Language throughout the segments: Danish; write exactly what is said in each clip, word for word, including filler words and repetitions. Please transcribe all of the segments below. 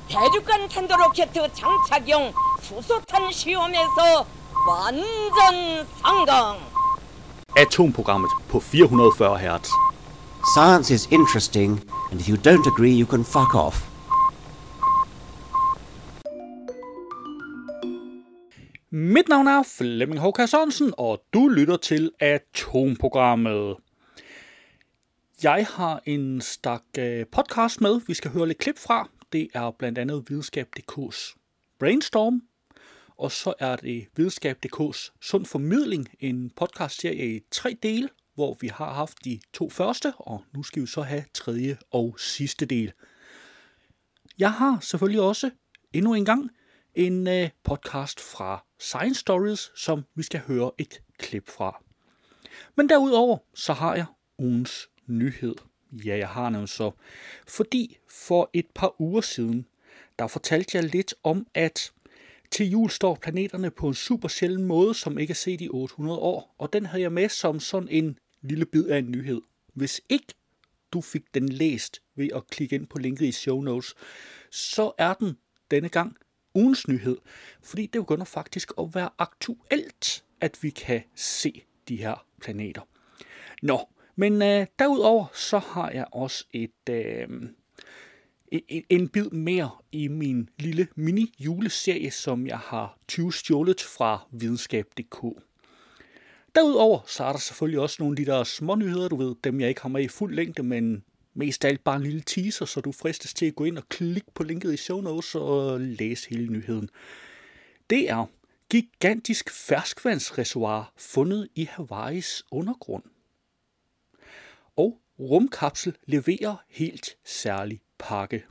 대륙간 탄도로켓 장착용 수소탄 시험에서 완전 성공. Atomprogrammet på fire hundrede og fyrre hertz. Science is interesting, and if you don't agree, you can fuck off. Mit navn er Flemming Håkær Sørensen, og du lytter til Atomprogrammet. Jeg har en stak podcast med, vi skal høre lidt klip fra. Det er blandt andet videnskab punktum d k's Brainstorm, og så er det videnskab punktum d k's Sund Formidling, en podcastserie i tre dele, hvor vi har haft de to første, og nu skal vi så have tredje og sidste del. Jeg har selvfølgelig også endnu en gang en øh, podcast fra Science Stories, som vi skal høre et klip fra. Men derudover så har jeg ugens nyhed. Ja, jeg har noget så. Fordi for et par uger siden, der fortalte jeg lidt om, at til jul står planeterne på en super sjælden måde, som ikke er set i otte hundrede år. Og den havde jeg med som sådan en lille bid af en nyhed. Hvis ikke du fik den læst ved at klikke ind på linket i show notes, så er den denne gang ugens nyhed. Fordi det begynder faktisk at være aktuelt, at vi kan se de her planeter. Nå, men øh, derudover så har jeg også et, øh, en, en bid mere i min lille mini-juleserie, som jeg har tyvstjålet fra videnskab punktum d k. Derudover så er der selvfølgelig også nogle af de der små nyheder, du ved, dem jeg ikke har med i fuld længde, men mest af alt bare en lille teaser, så du fristes til at gå ind og klikke på linket i show notes og læse hele nyheden. Det er gigantisk ferskvandsreservoir fundet i Hawaiis undergrund. Og rumkapsel leverer helt særlig pakke.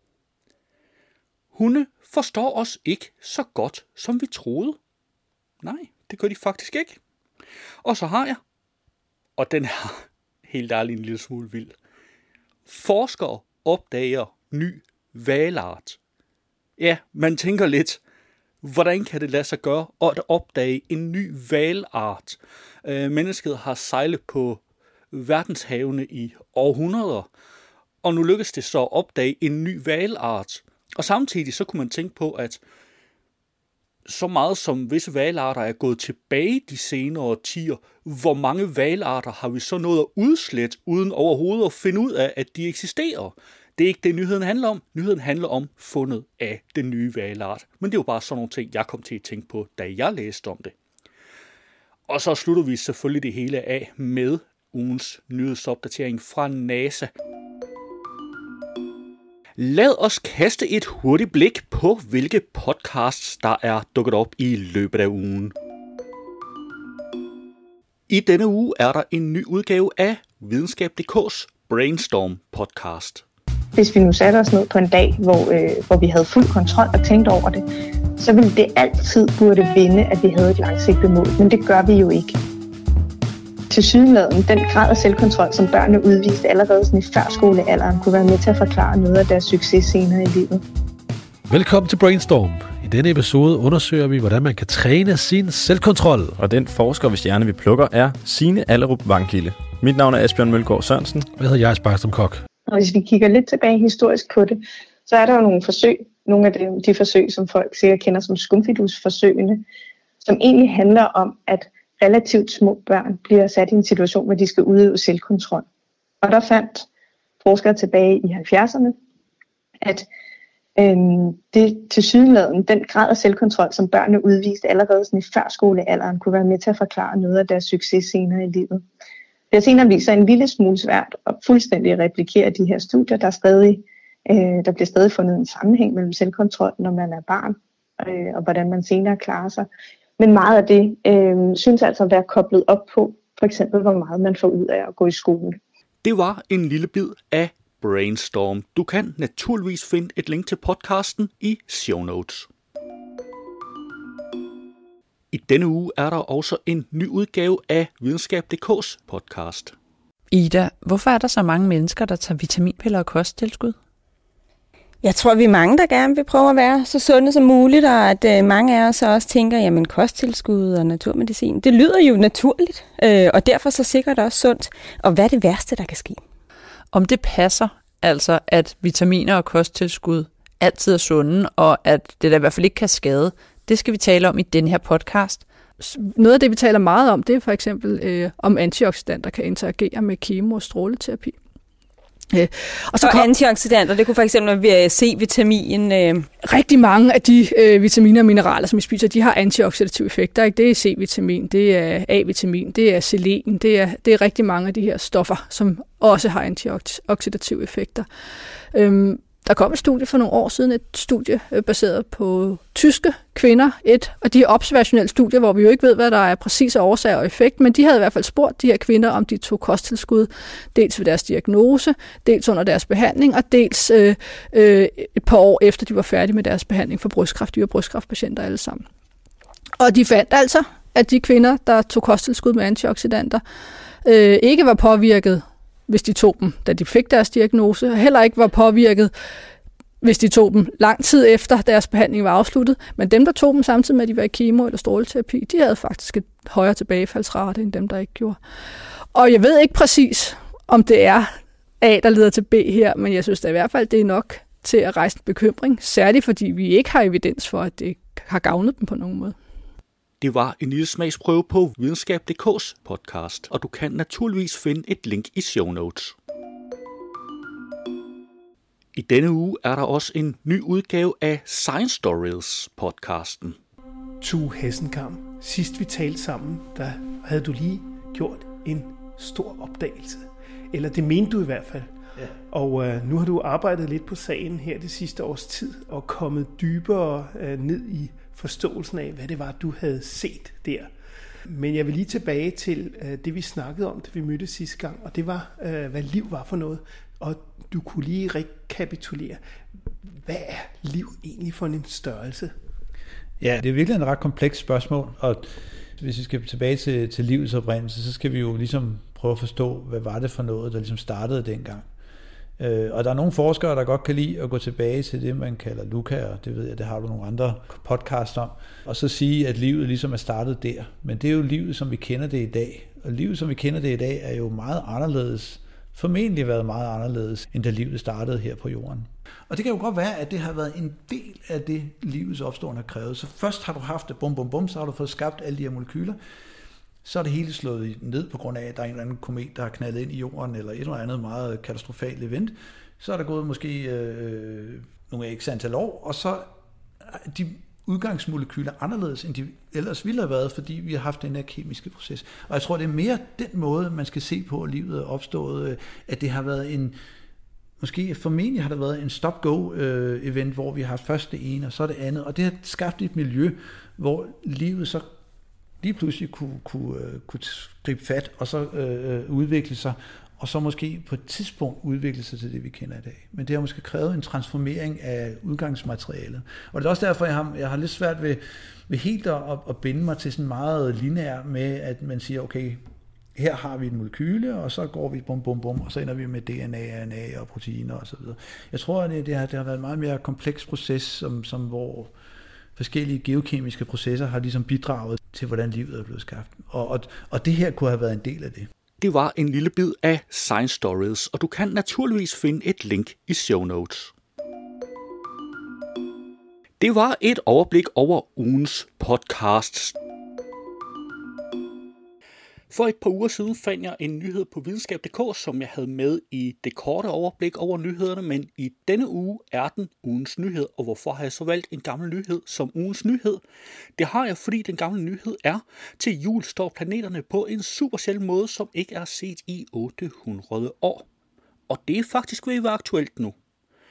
Hunde forstår os ikke så godt, som vi troede. Nej, det gør de faktisk ikke. Og så har jeg, og den er helt ærligt en lille smule vild. Forskere opdager ny hvalart. Ja, man tænker lidt, hvordan kan det lade sig gøre at opdage en ny hvalart? Øh, mennesket har sejlet på verdenshavene i århundreder, og nu lykkes det så at opdage en ny hvalart. Og samtidig så kunne man tænke på, at så meget som visse hvalarter er gået tilbage de senere årtier, hvor mange hvalarter har vi så nået at udslette, uden overhovedet at finde ud af, at de eksisterer? Det er ikke det, nyheden handler om. Nyheden handler om fundet af den nye hvalart. Men det er jo bare sådan nogle ting, jeg kom til at tænke på, da jeg læste om det. Og så slutter vi selvfølgelig det hele af med ugens nyhedsopdatering fra NASA. Lad os kaste et hurtigt blik på, hvilke podcasts, der er dukket op i løbet af ugen. I denne uge er der en ny udgave af videnskab punktum d k's Brainstorm podcast. Hvis vi nu satte os ned på en dag, hvor, øh, hvor vi havde fuld kontrol og tænkte over det, så ville det altid burde vinde, at vi havde et langsigtet mål, men det gør vi jo ikke. Tilsyneladende, den grad af selvkontrol, som børnene udviste allerede sådan i førskolealderen, kunne være med til at forklare noget af deres succes senere i livet. Velkommen til Brainstorm. I denne episode undersøger vi, hvordan man kan træne sin selvkontrol. Og den forsker, hvis hjerne vi plukker, er Signe Allerup Vangkilde. Mit navn er Asbjørn Mølgaard Sørensen. Hvad hedder jeg, Sparkstrøm Kok? Og hvis vi kigger lidt tilbage historisk på det, så er der jo nogle forsøg, nogle af de, de forsøg, som folk sikkert kender som skumfidusforsøgene, som egentlig handler om, at relativt små børn bliver sat i en situation, hvor de skal udøve selvkontrol. Og der fandt forskere tilbage i halvfjerdserne, at øhm, det tilsyneladende, den grad af selvkontrol, som børnene udviste allerede sådan i førskolealderen, kunne være med til at forklare noget af deres succes senere i livet. Det har senere vist sig en lille smule svært at fuldstændig replikere de her studier. Der, er stadig, øh, der bliver stadig fundet en sammenhæng mellem selvkontrol, når man er barn, øh, og hvordan man senere klarer sig. Men meget af det øh, synes altså at være koblet op på, for eksempel hvor meget man får ud af at gå i skole. Det var en lille bid af Brainstorm. Du kan naturligvis finde et link til podcasten i show notes. I denne uge er der også en ny udgave af videnskab punktum d k's podcast. Ida, hvorfor er der så mange mennesker, der tager vitaminpiller og kosttilskud? Jeg tror, vi er mange, der gerne vil prøve at være så sunde som muligt, og at øh, mange af os også tænker, jamen kosttilskud og naturmedicin, det lyder jo naturligt, øh, og derfor så sikkert også sundt. Og hvad er det værste, der kan ske? Om det passer, altså at vitaminer og kosttilskud altid er sunde, og at det der i hvert fald ikke kan skade. Det skal vi tale om i den her podcast. Noget af det, vi taler meget om, det er for eksempel, øh, om antioxidanter kan interagere med kemo- og stråleterapi. Øh, og så og kom, antioxidanter, det kunne for eksempel være C-vitamin. Øh. Rigtig mange af de øh, vitaminer og mineraler, som vi spiser, de har antioxidative effekter. Ikke? Det er C-vitamin, det er A-vitamin, det er selen, det er, det er rigtig mange af de her stoffer, som også har antioxidative effekter. Øhm, Der kom et studie for nogle år siden, et studie baseret på tyske kvinder, et og de observationelle studier, hvor vi jo ikke ved, hvad der er præcise årsager og effekt, men de havde i hvert fald spurgt de her kvinder, om de tog kosttilskud, dels ved deres diagnose, dels under deres behandling, og dels øh, øh, et par år efter, de var færdige med deres behandling for brystkræft. De var brystkræftpatienter alle sammen. Og de fandt altså, at de kvinder, der tog kosttilskud med antioxidanter, øh, ikke var påvirket, hvis de tog dem, da de fik deres diagnose, og heller ikke var påvirket, hvis de tog dem lang tid efter deres behandling var afsluttet. Men dem, der tog dem samtidig med, at de var i kemo- eller stråleterapi, de havde faktisk et højere tilbagefaldsrate end dem, der ikke gjorde. Og jeg ved ikke præcis, om det er A, der leder til B her, men jeg synes da i hvert fald, det er nok til at rejse en bekymring, særligt fordi vi ikke har evidens for, at det har gavnet dem på nogen måde. Det var en lille smagsprøve på videnskab punktum d k's podcast, og du kan naturligvis finde et link i show notes. I denne uge er der også en ny udgave af Science Stories podcasten. Tue Hessenkam, sidst vi talte sammen, der havde du lige gjort en stor opdagelse. Eller det mente du i hvert fald. Ja. Og øh, nu har du arbejdet lidt på sagen her det sidste års tid, og kommet dybere øh, ned i forståelsen af, hvad det var, du havde set der. Men jeg vil lige tilbage til øh, det, vi snakkede om, da vi mødtes sidste gang, og det var, øh, hvad liv var for noget. Og du kunne lige rekapitulere, hvad er liv egentlig for en størrelse? Ja, det er virkelig en ret kompleks spørgsmål, og hvis vi skal tilbage til, til livets oprindelse, så skal vi jo ligesom prøve at forstå, hvad var det for noget, der ligesom startede dengang. Øh, og der er nogle forskere, der godt kan lide at gå tilbage til det, man kalder Luca, og det ved jeg, det har du nogle andre podcasts om, og så sige, at livet ligesom er startet der. Men det er jo livet, som vi kender det i dag. Og livet, som vi kender det i dag, er jo meget anderledes, formentlig været meget anderledes, end da livet startede her på jorden. Og det kan jo godt være, at det har været en del af det, livets opståen har krævet. Så først har du haft det bum bum bum, så har du fået skabt alle de her molekyler. Så er det hele slået ned på grund af, at der er en eller anden komet, der har knaldet ind i jorden, eller et eller andet meget katastrofalt event. Så er der gået måske øh, nogle x antal år, og så er de udgangsmolekyler anderledes, end de ellers ville have været, fordi vi har haft den her kemiske proces. Og jeg tror, det er mere den måde, man skal se på, at livet er opstået, at det har været en, måske formentlig har der været en stop-go-event, hvor vi har haft først det ene, og så det andet, og det har skabt et miljø, hvor livet så lige pludselig kunne, kunne, kunne gribe fat, og så øh, udvikle sig, og så måske på et tidspunkt udvikle sig til det, vi kender i dag. Men det har måske krævet en transformering af udgangsmaterialet. Og det er også derfor, jeg har, jeg har lidt svært ved, ved helt at, at binde mig til sådan meget lineær med, at man siger, okay, her har vi et molekyle, og så går vi bum, bum, bum, og så ender vi med D N A, R N A og proteiner osv. Jeg tror, at det, det, har, det har været en meget mere kompleks proces, som, som hvor forskellige geokemiske processer har ligesom bidraget til, hvordan livet er blevet skabt. Og, og, og det her kunne have været en del af det. Det var en lille bid af Science Stories, og du kan naturligvis finde et link i show notes. Det var et overblik over ugens podcasts. For et par uger siden fandt jeg en nyhed på videnskab punktum d k, som jeg havde med i det korte overblik over nyhederne, men i denne uge er den ugens nyhed. Og hvorfor har jeg så valgt en gammel nyhed som ugens nyhed? Det har jeg, fordi den gamle nyhed er, til jul står planeterne på en super sjælden måde, som ikke er set i otte hundrede år. Og det er faktisk ved at være aktuelt nu.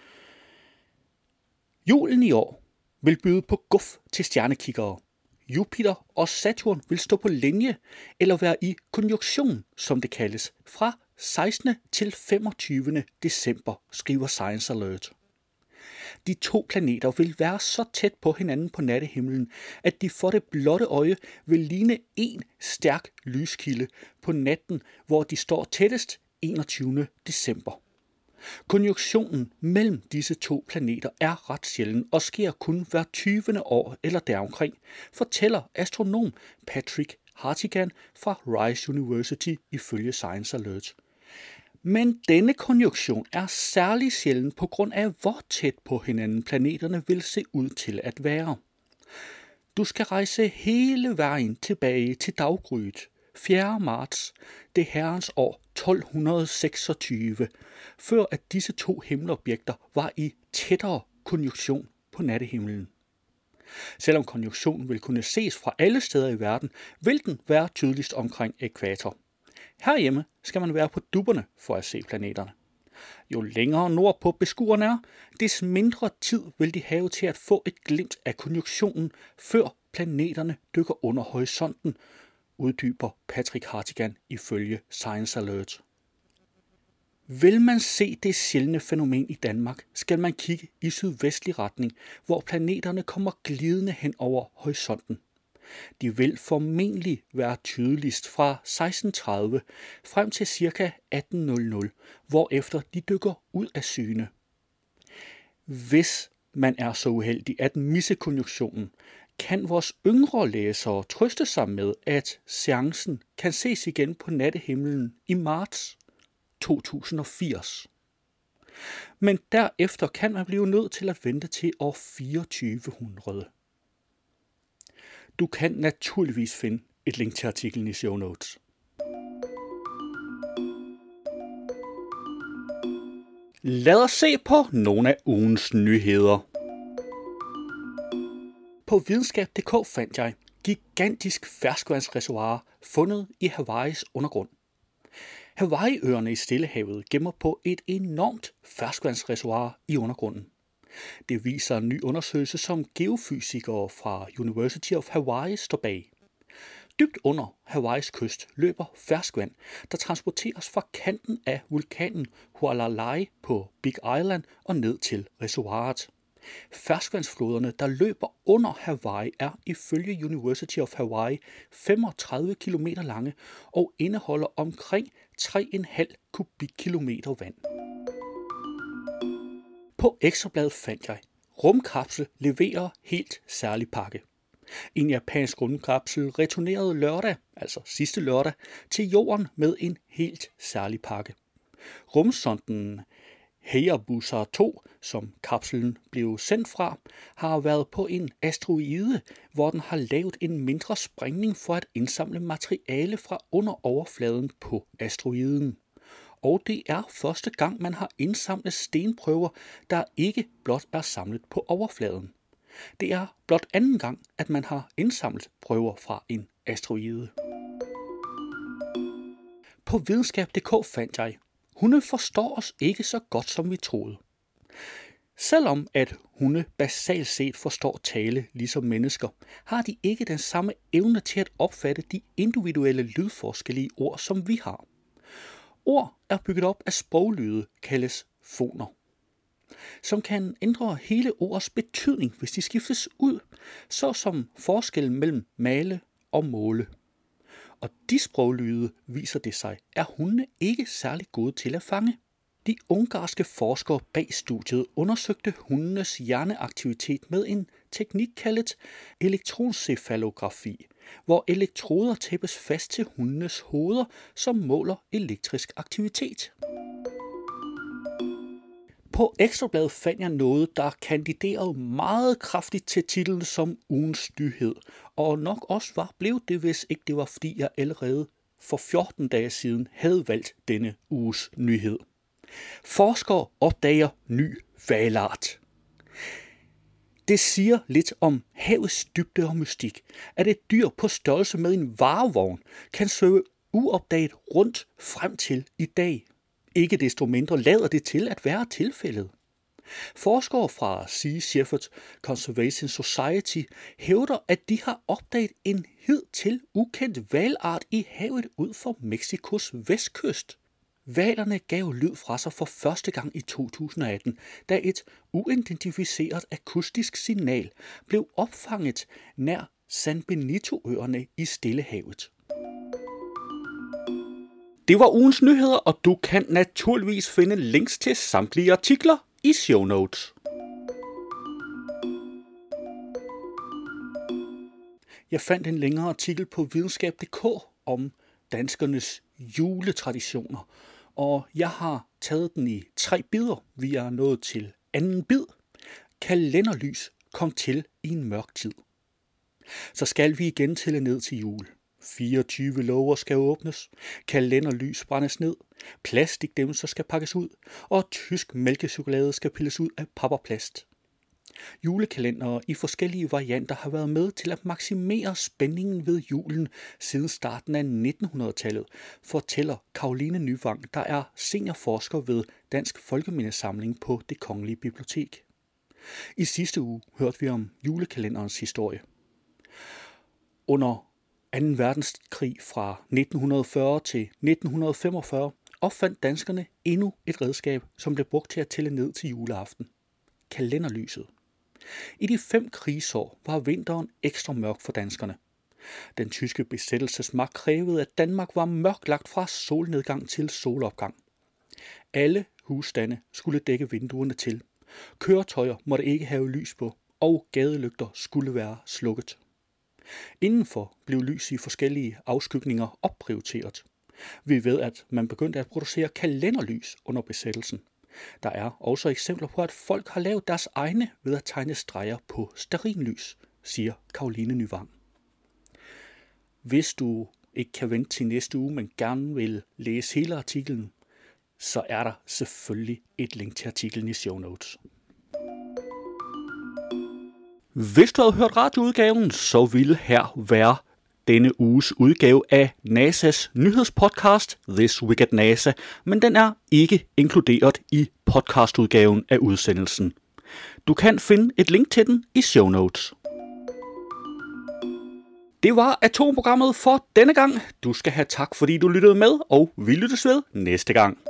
Julen i år vil byde på guf til stjernekiggere. Jupiter og Saturn vil stå på linje, eller være i konjunktion, som det kaldes, fra sekstende til femogtyvende december, skriver Science Alert. De to planeter vil være så tæt på hinanden på nattehimlen, at de for det blotte øje vil ligne en stærk lyskilde på natten, hvor de står tættest enogtyvende december. Konjunktionen mellem disse to planeter er ret sjælden og sker kun hver tyvende år eller deromkring, fortæller astronom Patrick Hartigan fra Rice University ifølge Science Alert. Men denne konjunktion er særlig sjælden på grund af, hvor tæt på hinanden planeterne vil se ud til at være. Du skal rejse hele vejen tilbage til daggryet, fjerde marts, det herrens år tolv seksogtyve, før at disse to himmelobjekter var i tættere konjunktion på nattehimlen. Selvom konjunktionen vil kunne ses fra alle steder i verden, vil den være tydeligst omkring ækvator. Herhjemme skal man være på dupperne for at se planeterne. Jo længere nordpå beskueren er, des mindre tid vil de have til at få et glimt af konjunktionen, før planeterne dykker under horisonten, uddyber Patrick Hartigan ifølge Science Alert. Vil man se det sjældne fænomen i Danmark, skal man kigge i sydvestlig retning, hvor planeterne kommer glidende hen over horisonten. De vil formentlig være tydeligst fra seksten tredive frem til ca. atten hundrede, hvorefter de dykker ud af syne. Hvis man er så uheldig at misse konjunktionen, kan vores yngre læsere trøste sig med, at seancen kan ses igen på nattehimlen i marts to tusind og firs. Men derefter kan man blive nødt til at vente til år fireogtyve hundrede. Du kan naturligvis finde et link til artiklen i show notes. Lad os se på nogle af ugens nyheder. På videnskab punktum d k fandt jeg gigantisk ferskvandsreservoir fundet i Hawaiis undergrund. Hawaii-øerne i Stillehavet gemmer på et enormt ferskvandsreservoir i undergrunden. Det viser en ny undersøgelse, som geofysikere fra University of Hawaii står bag. Dybt under Hawaiis kyst løber ferskvand, der transporteres fra kanten af vulkanen Hualalai på Big Island og ned til reservoiret. Ferskvandsfloderne, der løber under Hawaii, er ifølge University of Hawaii femogtredive kilometer lange og indeholder omkring tre komma fem kubikkilometer vand. På Ekstrabladet fandt jeg, rumkapsel leverer helt særlig pakke. En japansk rumkapsel returnerede lørdag, altså sidste lørdag, til jorden med en helt særlig pakke. Rumsonden Hayabusa to, som kapslen blev sendt fra, har været på en asteroide, hvor den har lavet en mindre sprængning for at indsamle materiale fra under overfladen på asteroiden. Og det er første gang, man har indsamlet stenprøver, der ikke blot er samlet på overfladen. Det er blot anden gang, at man har indsamlet prøver fra en asteroide. På videnskab punktum d k fandt jeg, hunde forstår os ikke så godt, som vi troede. Selvom at hunde basalt set forstår tale ligesom mennesker, har de ikke den samme evne til at opfatte de individuelle lydforskelle i ord, som vi har. Ord er bygget op af sproglyde, kaldes foner, som kan ændre hele ordets betydning, hvis de skiftes ud, såsom forskellen mellem male og måle. Og de sproglyde, viser det sig, er hundene ikke særlig gode til at fange. De ungarske forskere bag studiet undersøgte hundenes hjerneaktivitet med en teknik kaldet elektroncephalografi, hvor elektroder tæppes fast til hundenes hoveder, som måler elektrisk aktivitet. På Ekstrabladet fandt jeg noget, der kandiderede meget kraftigt til titlen som ugens nyhed, og nok også var blevet det, hvis ikke det var, fordi jeg allerede for fjorten dage siden havde valgt denne uges nyhed. Forskere opdager ny hvalart. Det siger lidt om havets dybde og mystik, at et dyr på størrelse med en varevogn kan svæve uopdaget rundt frem til i dag. Ikke desto mindre lader det til at være tilfældet. Forskere fra Sea Shepherd Conservation Society hævder, at de har opdaget en hidtil ukendt hvalart i havet ud for Mexikos vestkyst. Hvalerne gav lyd fra sig for første gang i to tusind og atten, da et uidentificeret akustisk signal blev opfanget nær San Benito-øerne i Stillehavet. Det var ugens nyheder, og du kan naturligvis finde links til samtlige artikler i show notes. Jeg fandt en længere artikel på videnskab punktum d k om danskernes juletraditioner, og jeg har taget den i tre bidder. Vi er nået til anden bid. Kalenderlys kom til i en mørk tid. Så skal vi igen tælle ned til jul. fireogtyve låger skal åbnes, kalenderlys brændes ned, plastikdæmser skal pakkes ud, og tysk mælkechokolade skal pilles ud af pap og plast. Julekalendere i forskellige varianter har været med til at maksimere spændingen ved julen siden starten af nittenhundredetallet, fortæller Caroline Nyvang, der er seniorforsker ved Dansk Folkemindesamling på Det Kongelige Bibliotek. I sidste uge hørte vi om julekalenderens historie. Under anden verdenskrig fra nitten fyrre til nitten femogfyrre opfandt danskerne endnu et redskab, som blev brugt til at tælle ned til juleaften. Kalenderlyset. I de fem krigsår var vinteren ekstra mørk for danskerne. Den tyske besættelsesmagt krævede, at Danmark var mørklagt fra solnedgang til solopgang. Alle husstande skulle dække vinduerne til. Køretøjer måtte ikke have lys på, og gadelygter skulle være slukket. Indenfor blev lys i forskellige afskygninger opprioriteret. Vi ved, at man begyndte at producere kalenderlys under besættelsen. Der er også eksempler på, at folk har lavet deres egne ved at tegne streger på stearinlys, siger Caroline Nyvang. Hvis du ikke kan vente til næste uge, men gerne vil læse hele artiklen, så er der selvfølgelig et link til artiklen i show notes. Hvis du havde hørt radioudgaven, så ville her være denne uges udgave af NASA's nyhedspodcast This Week at NASA, men den er ikke inkluderet i podcastudgaven af udsendelsen. Du kan finde et link til den i show notes. Det var atomprogrammet for denne gang. Du skal have tak, fordi du lyttede med, og vi lyttes ved næste gang.